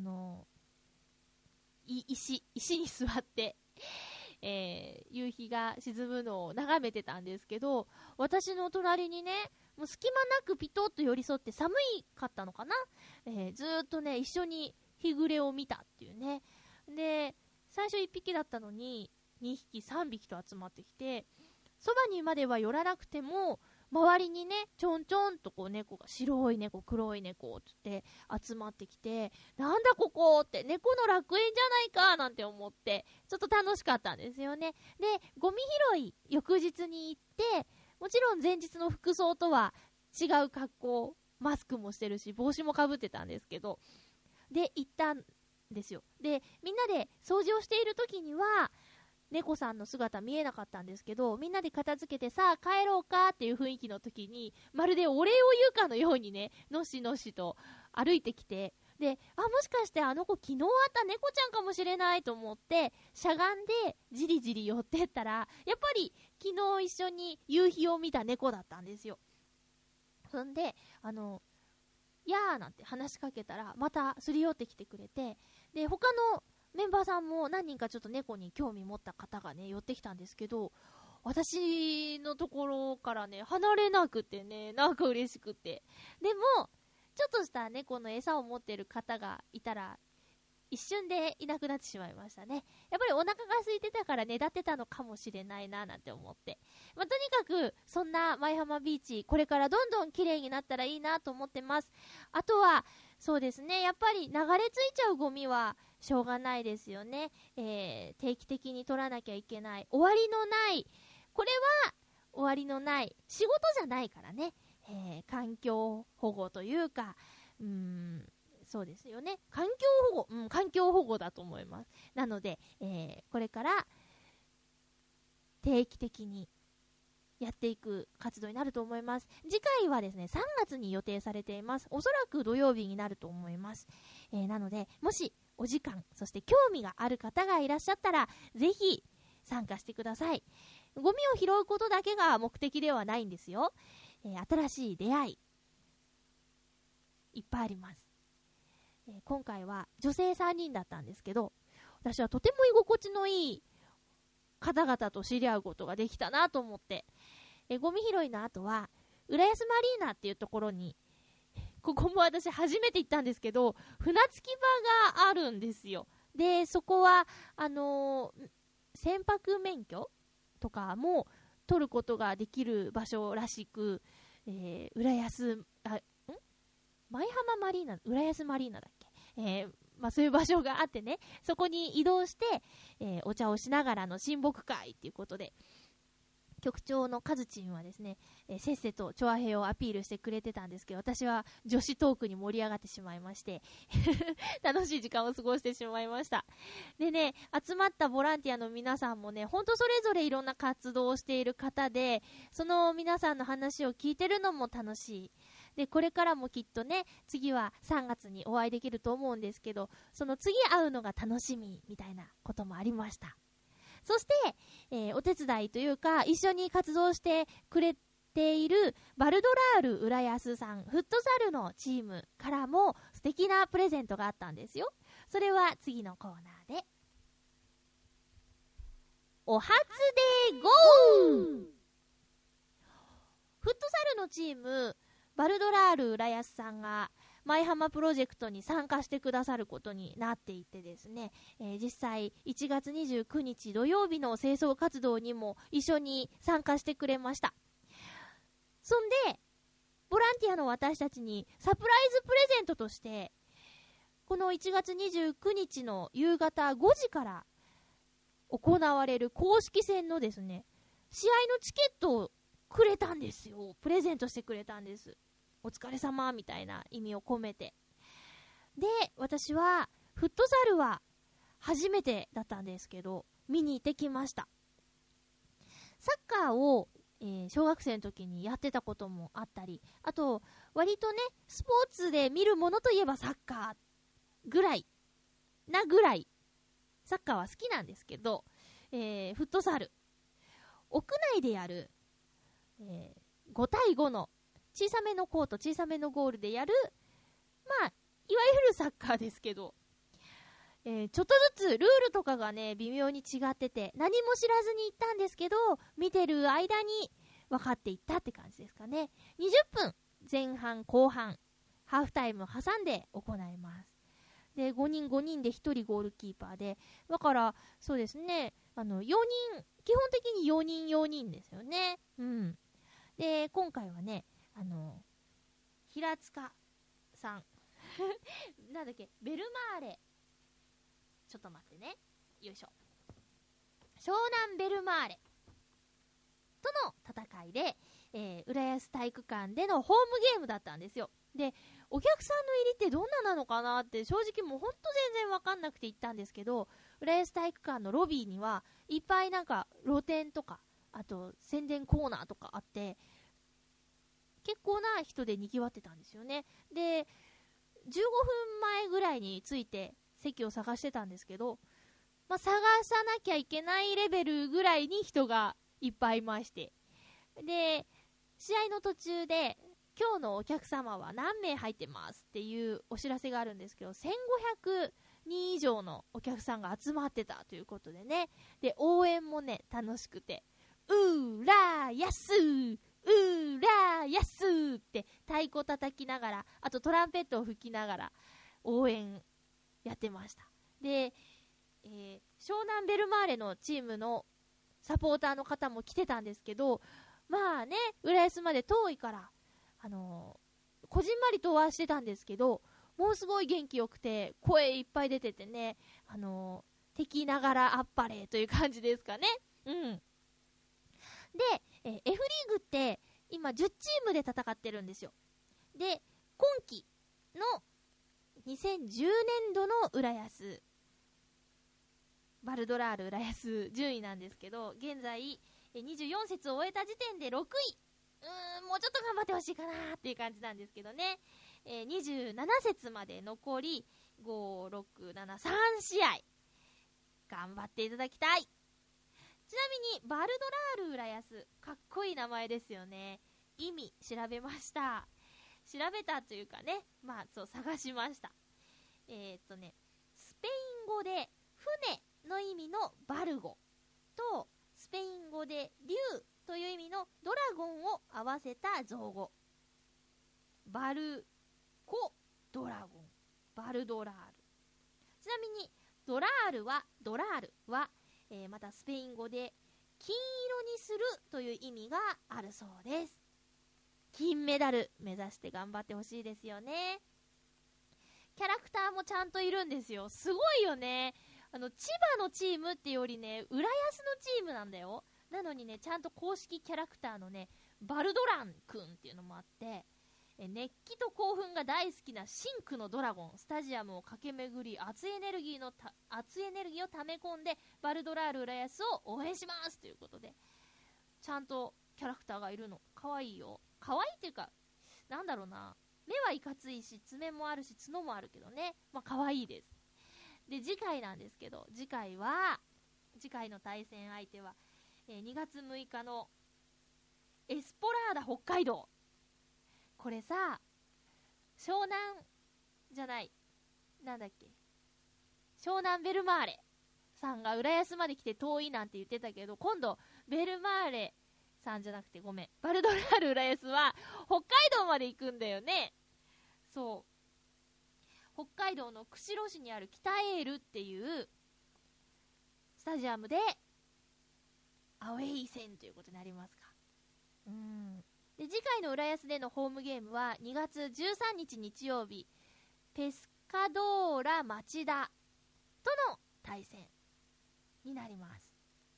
石に座って、夕日が沈むのを眺めてたんですけど、私の隣にね、もう隙間なくピトッと寄り添って寒いかったのかな、ずーっとね、一緒に日暮れを見たっていうね。で、最初1匹だったのに、2匹、3匹と集まってきて、そばにまでは寄らなくても、周りにね、ちょんちょんとこう猫が、白い猫、黒い猫って集まってきて、なんだここって、猫の楽園じゃないかなんて思って、ちょっと楽しかったんですよね。で、ゴミ拾い、翌日に行って、もちろん前日の服装とは違う格好、マスクもしてるし、帽子もかぶってたんですけど、で、行ったんですよ。で、みんなで掃除をしている時には、猫さんの姿見えなかったんですけど、みんなで片付けてさあ帰ろうかっていう雰囲気の時に、まるでお礼を言うかのようにね、のしのしと歩いてきて、で、もしかしてあの子昨日会った猫ちゃんかもしれないと思って、しゃがんでじりじり寄ってったら、やっぱり昨日一緒に夕日を見た猫だったんですよ。そんで、やーなんて話しかけたら、またすり寄ってきてくれて、で、他のメンバーさんも何人かちょっと猫に興味持った方がね、寄ってきたんですけど、私のところからね、離れなくてね、なんか嬉しくて。でも、ちょっとした猫の餌を持ってる方がいたら、一瞬でいなくなってしまいましたね。やっぱりお腹が空いてたからねだってたのかもしれないななんて思って。とにかく、そんな舞浜ビーチ、これからどんどん綺麗になったらいいなと思ってます。あとは、そうですね、やっぱり流れ着いちゃうゴミはしょうがないですよね。定期的に取らなきゃいけない。終わりのない、これは終わりのない、仕事じゃないからね。環境保護というか、そうですよね。環境保護だと思います。なので、これから定期的にやっていく活動になると思います。次回はですね、3月に予定されています。おそらく土曜日になると思います。なので、もしお時間、そして興味がある方がいらっしゃったら、ぜひ参加してください。ゴミを拾うことだけが目的ではないんですよ。新しい出会い、いっぱいあります。今回は女性3人だったんですけど、私はとても居心地のいい方々と知り合うことができたなと思って、ゴミ拾いの後は浦安マリーナっていうところに、ここも私初めて行ったんですけど、船着き場があるんですよ。で、そこは船舶免許とかも取ることができる場所らしく、浦安舞浜マリーナ、浦安マリーナだっけ、そういう場所があってね、そこに移動して、お茶をしながらの親睦会っていうことで、局長のカズチンはですね、せっせとチョアヘイをアピールしてくれてたんですけど、私は女子トークに盛り上がってしまいまして楽しい時間を過ごしてしまいました。でね、集まったボランティアの皆さんもね、ほんとそれぞれいろんな活動をしている方で、その皆さんの話を聞いてるのも楽しい。で、これからもきっとね、次は3月にお会いできると思うんですけど、その次会うのが楽しみみたいなこともありました。そして、お手伝いというか、一緒に活動してくれているバルドラール浦安さん、フットサルのチームからも素敵なプレゼントがあったんですよ。それは次のコーナーで。お初でゴー！フットサルのチーム、バルドラール浦安さんが舞浜プロジェクトに参加してくださることになっていてですね、実際1月29日土曜日の清掃活動にも一緒に参加してくれました。そんでボランティアの私たちにサプライズプレゼントとして、この1月29日の夕方5時から行われる公式戦のですね、試合のチケットをくれたんですよ。プレゼントしてくれたんです。お疲れ様みたいな意味を込めて。で、私はフットサルは初めてだったんですけど、見に行ってきました。サッカーを、小学生の時にやってたこともあったり、あと割とね、スポーツで見るものといえばサッカーぐらいサッカーは好きなんですけど、フットサル屋内でやる、5対5の小さめのコート、小さめのゴールでやる、まあいわゆるサッカーですけど、ちょっとずつルールとかがね微妙に違ってて、何も知らずに行ったんですけど、見てる間に分かっていったって感じですかね。20分前半後半ハーフタイム挟んで行います。で、5人で1人ゴールキーパーで、だからそうですね、4人、基本的に4人ですよね。うん。で、今回はね、平塚さんなんだっけ、ベルマーレ、ちょっと待ってね、よいしょ、湘南ベルマーレとの戦いで、浦安体育館でのホームゲームだったんですよ。で、お客さんの入りってどんななのかなって正直もうほんと全然わかんなくて行ったんですけど、浦安体育館のロビーにはいっぱいなんか露店とか、あと宣伝コーナーとかあって、結構な人で賑わってたんですよね。で、15分前ぐらいに着いて席を探してたんですけど、まあ、探さなきゃいけないレベルぐらいに人がいっぱいいまして、で、試合の途中で今日のお客様は何名入ってますっていうお知らせがあるんですけど、1500人以上のお客さんが集まってたということでね。で、応援もね楽しくて、うらやすうらやすって太鼓叩きながら、あとトランペットを吹きながら応援やってました。で、湘南ベルマーレのチームのサポーターの方も来てたんですけど、まあね、浦安まで遠いからこじんまりとはしてたんですけど、もうすごい元気よくて声いっぱい出ててね、敵ながらあっぱれという感じですかね。うん。で、F リーグって今10チームで戦ってるんですよ。で、今季の2010年度の浦安バルドラール浦安順位なんですけど、現在24節を終えた時点で6位。もうちょっと頑張ってほしいかなっていう感じなんですけどね。27節まで残り5、6、7、3試合頑張っていただきたい。ちなみにバルドラール浦安、かっこいい名前ですよね。意味調べました。調べたというかね、まあそう探しました。スペイン語で船の意味のバルゴと、スペイン語で竜という意味のドラゴンを合わせた造語、バルコドラゴン、バルドラール。ちなみにドラールはまたスペイン語で金色にするという意味があるそうです。金メダル目指して頑張ってほしいですよね。キャラクターもちゃんといるんですよ。すごいよね。千葉のチームってよりね、浦安のチームなんだよ。なのにね、ちゃんと公式キャラクターのね、バルドランくんっていうのもあって、熱気と興奮が大好きな真紅のドラゴン、スタジアムを駆け巡り熱いエネルギーを溜め込んでバルドラール浦安を応援しますということで、ちゃんとキャラクターがいるの。かわいいよ。かわいいっていうか、なんだろうな、目はいかついし爪もあるし角もあるけどね、まあかわいいです。で、次回なんですけど、次回の対戦相手は、2月6日のエスポラーダ北海道。これさ、湘南じゃない、なんだっけ、湘南ベルマーレさんが浦安まで来て遠いなんて言ってたけど、今度ベルマーレさんじゃなくて、ごめん、バルドラール浦安は北海道まで行くんだよね。そう、北海道の釧路市にある北エールっていうスタジアムでアウェイ戦ということになりますか。 で、次回の浦安でのホームゲームは2月13日日曜日、ペスカドーラ町田との対戦になります。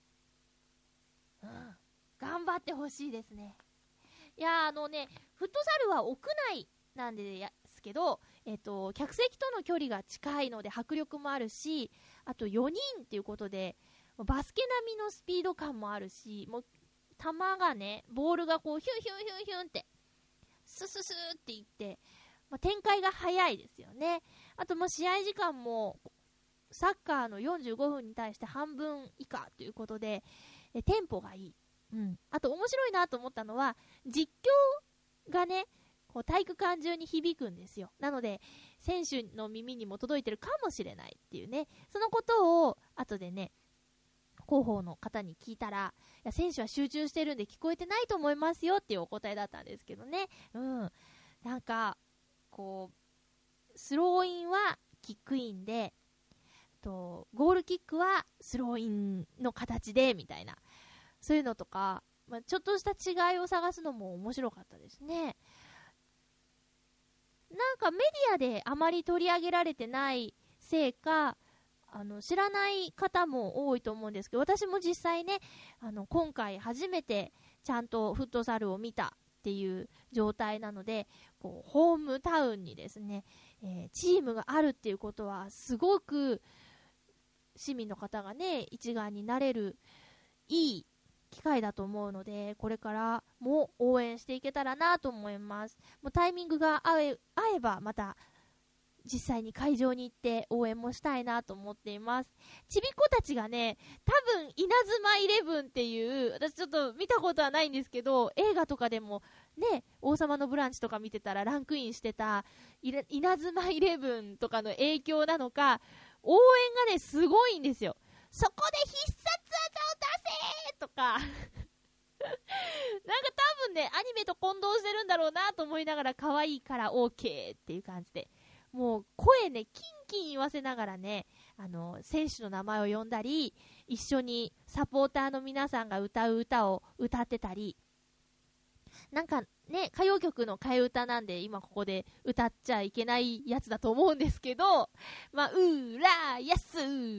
頑張ってほしいですね。いや、フットサルは屋内なんですけど、客席との距離が近いので迫力もあるし、あと4人っていうことでバスケ並みのスピード感もあるし、もう球がね、ボールがこうヒュンヒュンヒュンヒュンってスススーっていって、展開が早いですよね。あと試合時間もサッカーの45分に対して半分以下ということで、テンポがいい。あと面白いなと思ったのは、実況がね、こう体育館中に響くんですよ。なので選手の耳にも届いてるかもしれないっていうね、そのことを後でね、広報の方に聞いたら、いや、選手は集中してるんで聞こえてないと思いますよっていうお答えだったんですけどね。なんかこうスローインはキックインで、ゴールキックはスローインの形でみたいな、そういうのとか、ちょっとした違いを探すのも面白かったですね。なんかメディアであまり取り上げられてないせいか、知らない方も多いと思うんですけど、私も実際ね、今回初めてちゃんとフットサルを見たっていう状態なので、こうホームタウンにですね、チームがあるっていうことはすごく市民の方がね、一丸になれるいい機会だと思うので、これからも応援していけたらなと思います。もうタイミングが合えばまた実際に会場に行って応援もしたいなと思っています。ちびっ子たちがね、多分稲妻イレブンっていう、私ちょっと見たことはないんですけど、映画とかでもね、王様のブランチとか見てたらランクインしてた稲妻イレブンとかの影響なのか、応援がねすごいんですよ。そこで必殺技を出せとかなんか多分ね、アニメと混同してるんだろうなと思いながら、可愛いから OK っていう感じで、もう声ねキンキン言わせながらね、選手の名前を呼んだり、一緒にサポーターの皆さんが歌う歌を歌ってたり、なんかね、歌謡曲の替え歌なんで今ここで歌っちゃいけないやつだと思うんですけど、うらやす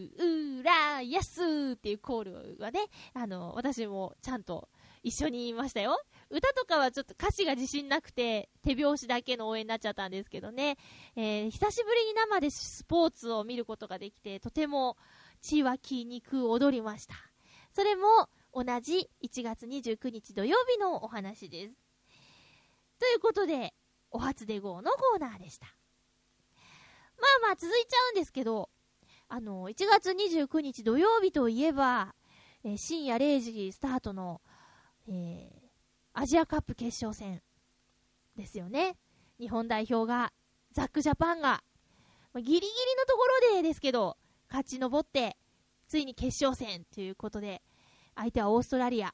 っていうコールがね、私もちゃんと一緒に言いましたよ。歌とかはちょっと歌詞が自信なくて手拍子だけの応援になっちゃったんですけどね、久しぶりに生でスポーツを見ることができて、とても血湧き肉踊りました。それも同じ1月29日土曜日のお話です。ということで、お初で号のコーナーでした。続いちゃうんですけど、1月29日土曜日といえば、深夜0時スタートの、アジアカップ決勝戦ですよね。日本代表が、ザックジャパンが、ギリギリのところでですけど、勝ち上って、ついに決勝戦ということで、相手はオーストラリア。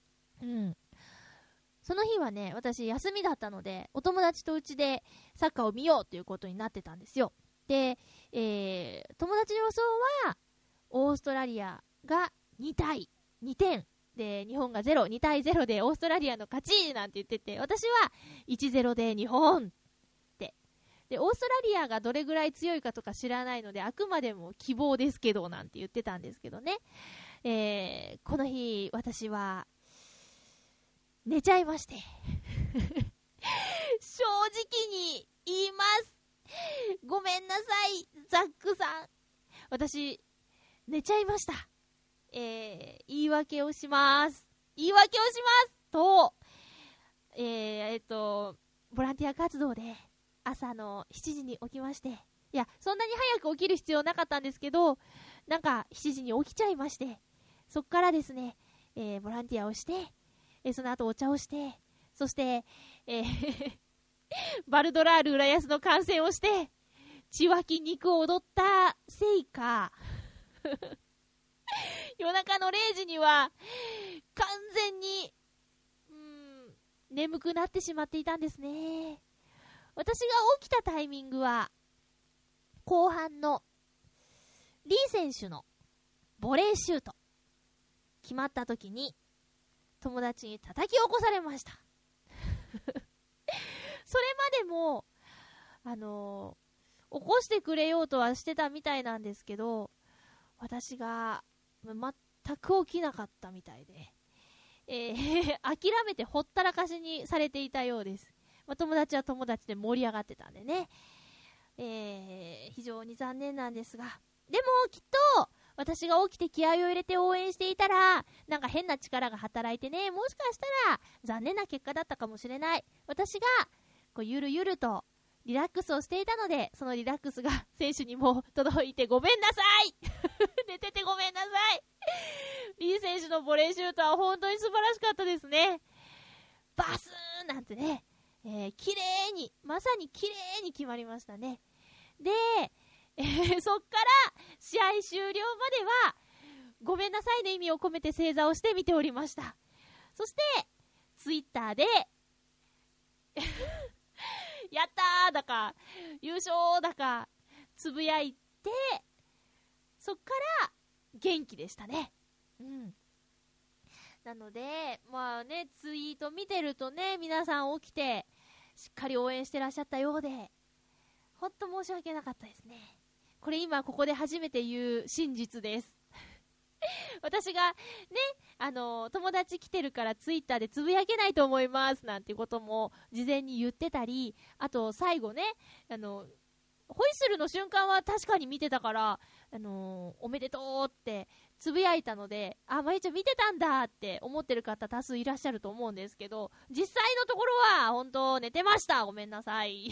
その日はね、私休みだったので、お友達とうちでサッカーを見ようということになってたんですよ。で、友達の予想は、オーストラリアが2点。で、日本が0、2対0でオーストラリアの勝ちなんて言ってて、私は 1-0 で日本って。で、オーストラリアがどれぐらい強いかとか知らないので、あくまでも希望ですけど、なんて言ってたんですけどね。この日、私は、寝ちゃいまして正直に言います。ごめんなさい、ザックさん。私、寝ちゃいました。言い訳をしますと、ボランティア活動で朝の7時に起きまして、いや、そんなに早く起きる必要なかったんですけど、なんか7時に起きちゃいまして、そっからですね、ボランティアをして、その後お茶をして、そして、バルドラール浦安の観戦をして、血湧き肉を踊ったせいか、夜中の0時には完全に眠くなってしまっていたんですね。私が起きたタイミングは後半のリー選手のボレーシュート決まった時に友達に叩き起こされましたそれまでも起こしてくれようとはしてたみたいなんですけど、私が全く起きなかったみたいで、諦めてほったらかしにされていたようです。友達は友達で盛り上がってたんでね、非常に残念なんですが、でもきっと私が起きて気合を入れて応援していたら、なんか変な力が働いてね、もしかしたら残念な結果だったかもしれない。私がこうゆるゆるとリラックスをしていたので、そのリラックスが選手にも届いてごめんなさい寝ててごめんなさい。リー選手のボレーシュートは本当に素晴らしかったですね。バスーンなんてね、綺麗に、まさに綺麗に決まりましたね。で、そっから試合終了まではごめんなさいの意味を込めて正座をして見ておりました。そしてツイッターでやったーだか優勝だかつぶやいて、そっから元気でしたね。なのでまあね、ツイート見てるとね、皆さん起きてしっかり応援してらっしゃったようで、ほんと申し訳なかったですね。これ今ここで初めて言う真実です私がね、友達来てるからツイッターでつぶやけないと思いますなんてことも事前に言ってたり、あと最後ね、ホイッスルの瞬間は確かに見てたから、おめでとうってつぶやいたので、まゆちゃん見てたんだって思ってる方多数いらっしゃると思うんですけど、実際のところは本当寝てました。ごめんなさい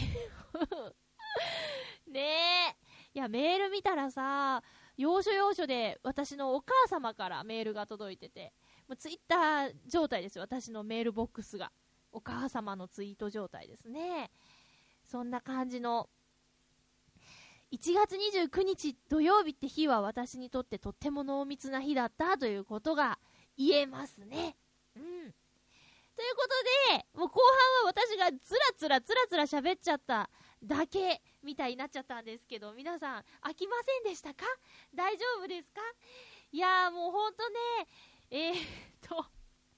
ねえ、いやメール見たらさ、要所要所で私のお母様からメールが届いてて、ツイッター状態ですよ、私のメールボックスがお母様のツイート状態ですね。そんな感じの1月29日土曜日って日は私にとってとっても濃密な日だったということが言えますね。ということで、もう後半は私がつらつら喋っちゃっただけみたいになっちゃったんですけど、皆さん飽きませんでしたか？大丈夫ですか？いやーもうほんとね、正直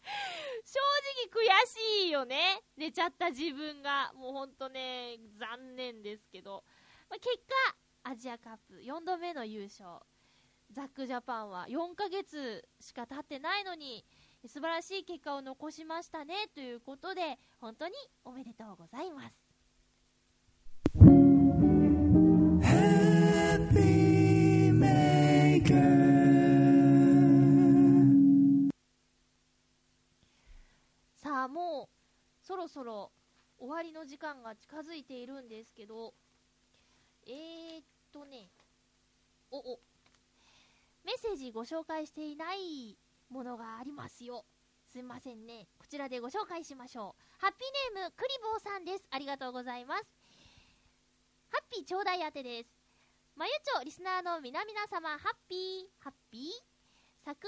悔しいよね。寝ちゃった自分がもうほんとね、残念ですけど、結果アジアカップ4度目の優勝、ザックジャパンは4ヶ月しか経ってないのに素晴らしい結果を残しましたねということで、本当におめでとうございます。さあもうそろそろ終わりの時間が近づいているんですけど、メッセージご紹介していないものがありますよ。すいませんね。こちらでご紹介しましょう。ハッピーネームクリボーさんです。ありがとうございます。ハッピーちょうだい当てです。まゆちょリスナーの皆々様、ハッピー昨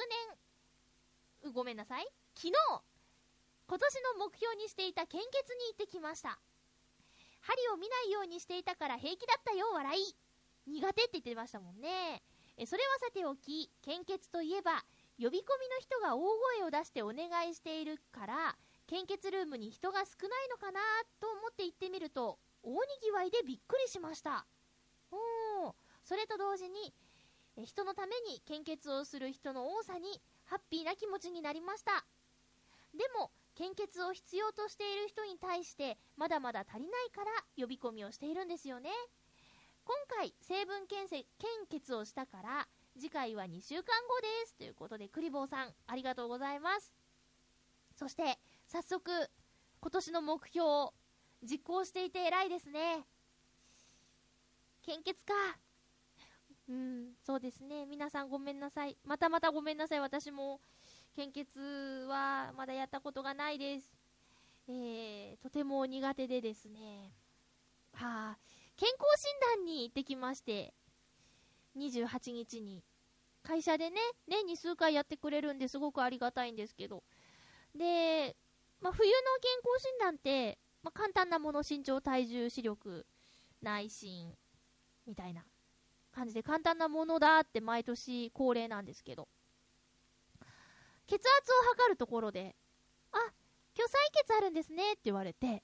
日今年の目標にしていた献血に行ってきました。針を見ないようにしていたから平気だったよ、笑い。苦手って言ってましたもんね。それはさておき、献血といえば呼び込みの人が大声を出してお願いしているから、献血ルームに人が少ないのかなと思って行ってみると大にぎわいでびっくりしました。それと同時に人のために献血をする人の多さにハッピーな気持ちになりました。でも献血を必要としている人に対してまだまだ足りないから呼び込みをしているんですよね。今回成分献血をしたから次回は2週間後ですということで、クリボーさんありがとうございます。そして早速今年の目標を実行していて偉いですね。献血か。そうですね。皆さんごめんなさい。またごめんなさい。私も献血はまだやったことがないです。とても苦手でですね。健康診断に行ってきまして、28日に会社でね、年に数回やってくれるんですごくありがたいんですけど、で、冬の健康診断って、簡単なもの、身長、体重、視力、内心みたいな感じで簡単なものだって毎年恒例なんですけど、血圧を測るところで、今今日採血あるんですねって言われて、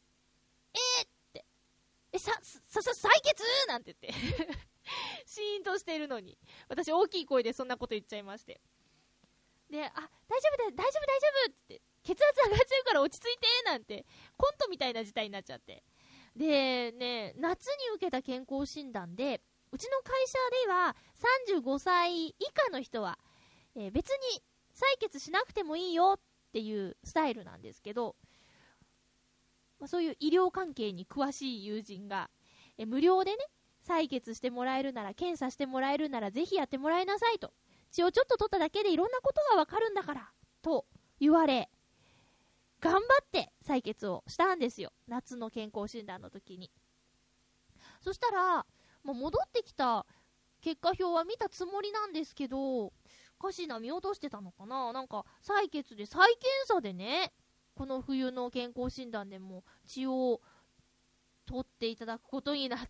採血なんて言ってシーンとしているのに、私大きい声でそんなこと言っちゃいまして。で、大丈夫って血圧上がっちゃうから落ち着いてなんてコントみたいな事態になっちゃって。でね、夏に受けた健康診断で、うちの会社では35歳以下の人は、別に採血しなくてもいいよっていうスタイルなんですけど、そういう医療関係に詳しい友人が、無料でね、採血してもらえるなら、検査してもらえるならぜひやってもらいなさいと、血をちょっと取っただけでいろんなことがわかるんだからと言われ、頑張って採血をしたんですよ、夏の健康診断の時に。そしたらもう戻ってきた結果表は見たつもりなんですけど、おかしいな、見落としてたのかな。なんか採血で再検査でね、この冬の健康診断でも血を取っていただくことになって、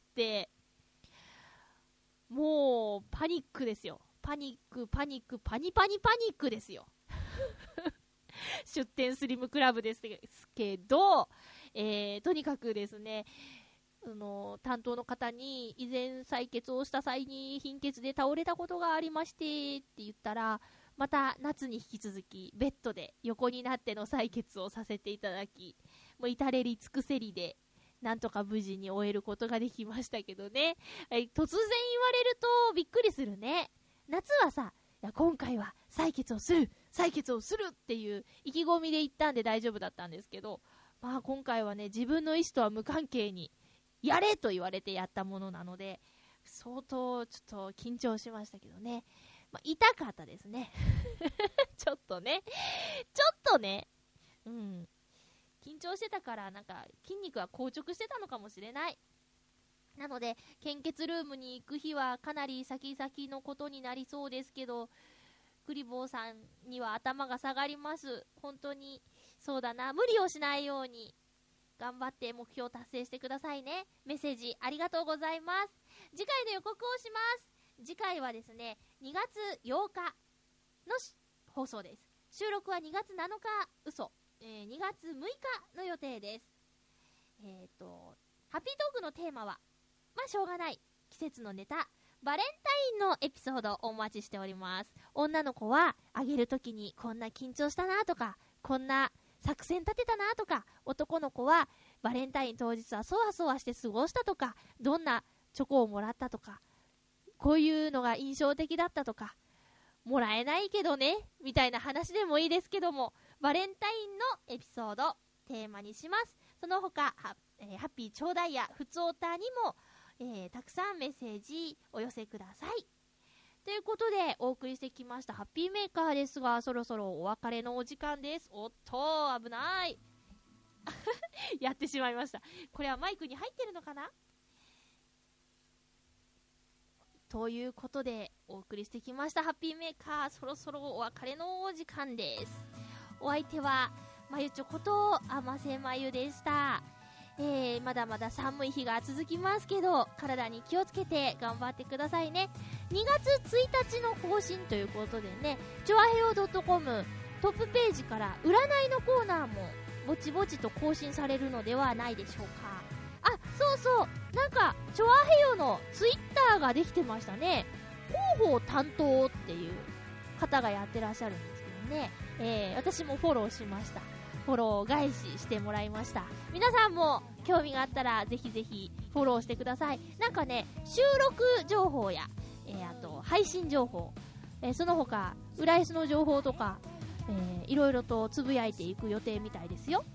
もうパニックですよ。パニックですよ出店スリムクラブですけど、とにかくですね、担当の方に以前採血をした際に貧血で倒れたことがありましてって言ったら、また夏に引き続きベッドで横になっての採血をさせていただき、もう至れり尽くせりでなんとか無事に終えることができましたけどね。突然言われるとびっくりするね。夏はさ、いや今回は採血をするっていう意気込みで行ったんで大丈夫だったんですけど、まあ今回はね、自分の意思とは無関係にやれと言われてやったものなので、相当ちょっと緊張しましたけどね。まあ、痛かったですねちょっとね、緊張してたからなんか筋肉は硬直してたのかもしれない。なので献血ルームに行く日はかなり先々のことになりそうですけど、クリボーさんには頭が下がります。本当にそうだな、無理をしないように頑張って目標を達成してくださいね。メッセージありがとうございます。次回の予告をします。次回はですね、2月8日の放送です。収録は2月7日2月6日の予定です。ハッピートークのテーマはまあしょうがない季節のネタ、バレンタインのエピソードをお待ちしております。女の子はあげるときにこんな緊張したなとか、こんな作戦立てたなとか、男の子はバレンタイン当日はそわそわして過ごしたとか、どんなチョコをもらったとか、こういうのが印象的だったとか、もらえないけどねみたいな話でもいいですけども、バレンタインのエピソードテーマにします。その他ハッピーちょうだいやふつおたにも、たくさんメッセージお寄せください。ということでお送りしてきましたハッピーメーカーですが、そろそろお別れのお時間です。おっと危ないやってしまいました。これはマイクに入ってるのかな。ということでお送りしてきましたハッピーメーカー、そろそろお別れのお時間です。お相手はまゆちょこと甘瀬まゆでした。まだまだ寒い日が続きますけど、体に気をつけて頑張ってくださいね。2月1日の更新ということでね、ちょあへよ .com トップページから占いのコーナーもぼちぼちと更新されるのではないでしょうか。あ、そうそう、なんかちょあへよのツイッターができてましたね。広報担当っていう方がやってらっしゃるんですけどね、私もフォローしました。フォロー返ししてもらいました。皆さんも興味があったらぜひぜひフォローしてください。なんかね、収録情報や、あと配信情報、その他浦安の情報とか、いろいろとつぶやいていく予定みたいですよ。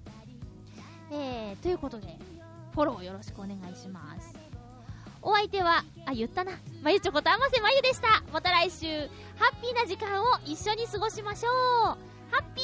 ということでフォローよろしくお願いします。お相手は言ったな、まゆちょこと甘瀬まゆでした。また来週ハッピーな時間を一緒に過ごしましょう。ハッピー